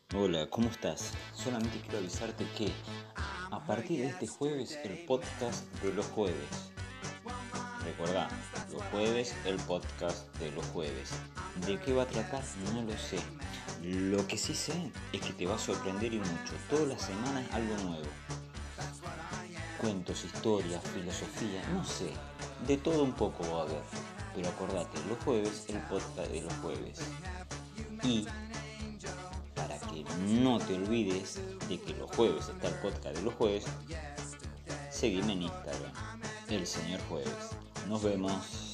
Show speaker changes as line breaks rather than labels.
Hola, ¿cómo estás? Solamente quiero avisarte que a partir de este jueves el podcast de los jueves. Recordá, los jueves el podcast de los jueves. ¿De qué va a tratar? No lo sé. Lo que sí sé es que te va a sorprender y mucho. Todas las semanas algo nuevo. Cuentos, historias, filosofía, no sé. De todo un poco va a haber. Pero acordate, los jueves el podcast de los jueves. Y para que no te olvides de que los jueves está el podcast de los jueves, seguime en Instagram, el señor jueves. Nos vemos.